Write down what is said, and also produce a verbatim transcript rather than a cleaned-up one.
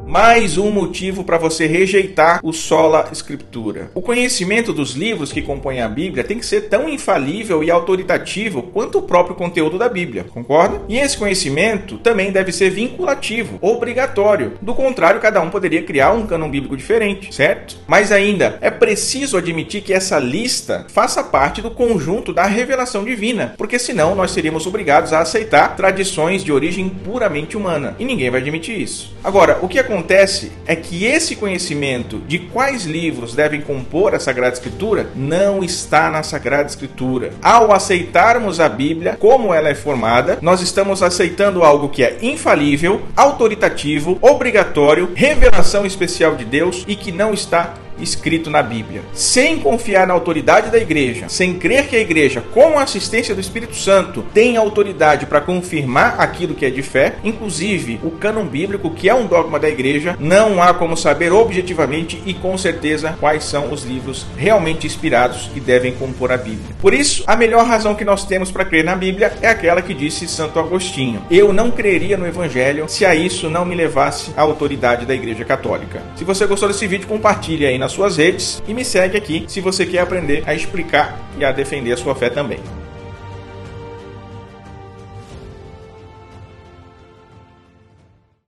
Mais um motivo para você rejeitar o sola scriptura. O conhecimento dos livros que compõem a Bíblia tem que ser tão infalível e autoritativo quanto o próprio conteúdo da Bíblia, concorda? E esse conhecimento também deve ser vinculativo, obrigatório. Do contrário, cada um poderia criar um cânon bíblico diferente, certo? Mas ainda, é preciso admitir que essa lista faça parte do conjunto da revelação divina, porque senão nós seríamos obrigados a aceitar tradições de origem puramente humana. E ninguém vai admitir isso. Agora, o que acontece é que esse conhecimento de quais livros devem compor a Sagrada Escritura não está na Sagrada Escritura. Ao aceitarmos a Bíblia como ela é formada, nós estamos aceitando algo que é infalível, autoritativo, obrigatório, revelação especial de Deus e que não está escrito na Bíblia. Sem confiar na autoridade da igreja, sem crer que a igreja, com a assistência do Espírito Santo, tem autoridade para confirmar aquilo que é de fé, inclusive o cânon bíblico, que é um dogma da igreja, não há como saber objetivamente e com certeza quais são os livros realmente inspirados que devem compor a Bíblia. Por isso, a melhor razão que nós temos para crer na Bíblia é aquela que disse Santo Agostinho: eu não creria no Evangelho se a isso não me levasse a autoridade da Igreja Católica. Se você gostou desse vídeo, compartilhe aí na suas redes e me segue aqui se você quer aprender a explicar e a defender a sua fé também.